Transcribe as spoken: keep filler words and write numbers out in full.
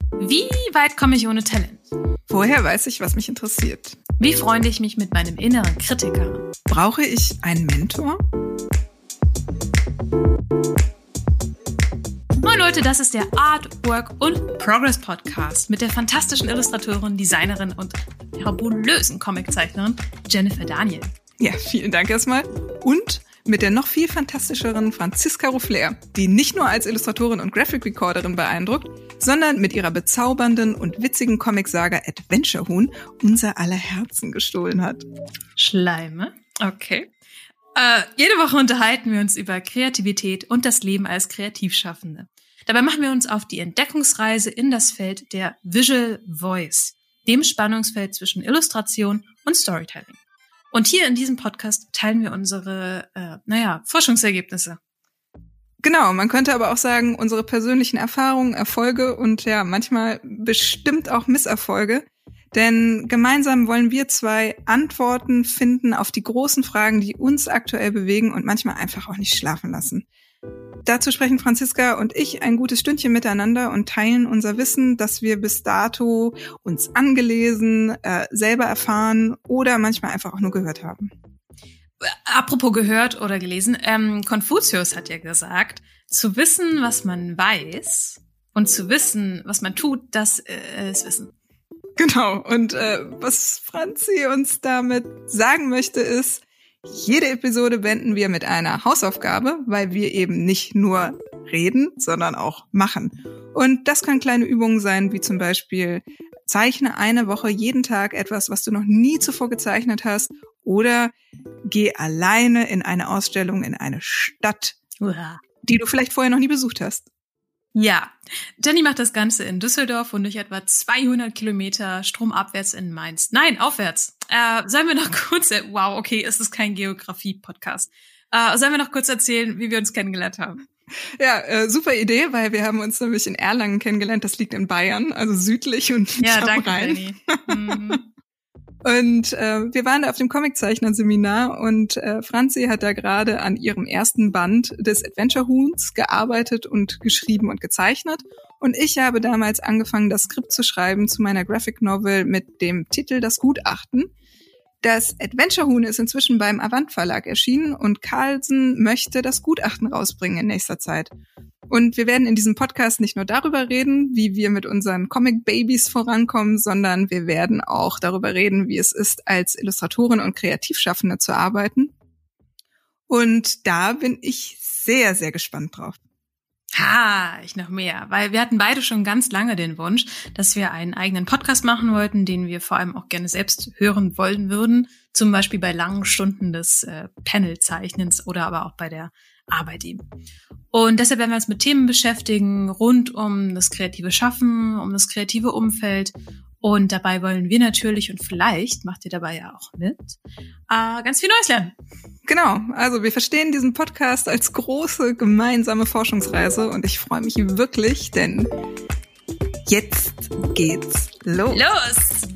Wie weit komme ich ohne Talent? Woher weiß ich, was mich interessiert? Wie freunde ich mich mit meinem inneren Kritiker? Brauche ich einen Mentor? Moin Leute, das ist der Art, Work und Progress Podcast mit der fantastischen Illustratorin, Designerin und fabulösen Comiczeichnerin Jennifer Daniel. Ja, vielen Dank erstmal. Und mit der noch viel fantastischeren Franziska Ruffler, die nicht nur als Illustratorin und Graphic Recorderin beeindruckt, sondern mit ihrer bezaubernden und witzigen Comicsaga Adventure Huhn unser aller Herzen gestohlen hat. Schleime? Okay. Äh, jede Woche unterhalten wir uns über Kreativität und das Leben als Kreativschaffende. Dabei machen wir uns auf die Entdeckungsreise in das Feld der Visual Voice, dem Spannungsfeld zwischen Illustration und Storytelling. Und hier in diesem Podcast teilen wir unsere, äh, naja, Forschungsergebnisse. Genau, man könnte aber auch sagen, unsere persönlichen Erfahrungen, Erfolge und ja, manchmal bestimmt auch Misserfolge. Denn gemeinsam wollen wir zwei Antworten finden auf die großen Fragen, die uns aktuell bewegen und manchmal einfach auch nicht schlafen lassen. Dazu sprechen Franziska und ich ein gutes Stündchen miteinander und teilen unser Wissen, das wir bis dato uns angelesen, äh, selber erfahren oder manchmal einfach auch nur gehört haben. Apropos gehört oder gelesen, ähm, Konfuzius hat ja gesagt, zu wissen, was man weiß und zu wissen, was man tut, das äh, ist Wissen. Genau, und äh, was Franzi uns damit sagen möchte, ist, jede Episode beenden wir mit einer Hausaufgabe, weil wir eben nicht nur reden, sondern auch machen. Und das können kleine Übungen sein, wie zum Beispiel, zeichne eine Woche jeden Tag etwas, was du noch nie zuvor gezeichnet hast, oder geh alleine in eine Ausstellung in eine Stadt, Uha. die du vielleicht vorher noch nie besucht hast. Ja, Jenny macht das Ganze in Düsseldorf und durch etwa zweihundert Kilometer stromabwärts in Mainz. Nein, aufwärts. Äh, sollen wir noch kurz, äh, wow, okay, es ist kein Geografie-Podcast. Äh, sollen wir noch kurz erzählen, wie wir uns kennengelernt haben? Ja, äh, super Idee, weil wir haben uns nämlich in Erlangen kennengelernt. Das liegt in Bayern, also südlich und nicht ja, am danke, Rhein. Jenny. Mhm. Und äh, wir waren da auf dem Comiczeichner-Seminar und äh, Franzi hat da gerade an ihrem ersten Band des Adventure Huhns gearbeitet und geschrieben und gezeichnet. Und ich habe damals angefangen, das Skript zu schreiben zu meiner Graphic Novel mit dem Titel Das Gutachten. Das Adventure Huhn ist inzwischen beim Avant Verlag erschienen und Carlsen möchte das Gutachten rausbringen in nächster Zeit. Und wir werden in diesem Podcast nicht nur darüber reden, wie wir mit unseren Comic-Babys vorankommen, sondern wir werden auch darüber reden, wie es ist, als Illustratorin und Kreativschaffende zu arbeiten. Und da bin ich sehr, sehr gespannt drauf. Ha, ich noch mehr, weil wir hatten beide schon ganz lange den Wunsch, dass wir einen eigenen Podcast machen wollten, den wir vor allem auch gerne selbst hören wollen würden, zum Beispiel bei langen Stunden des äh, Panelzeichnens oder aber auch bei der Arbeit eben. Und deshalb werden wir uns mit Themen beschäftigen rund um das kreative Schaffen, um das kreative Umfeld. Und dabei wollen wir natürlich, und vielleicht macht ihr dabei ja auch mit, äh, ganz viel Neues lernen. Genau, also wir verstehen diesen Podcast als große gemeinsame Forschungsreise und ich freue mich wirklich, denn jetzt geht's los. Los!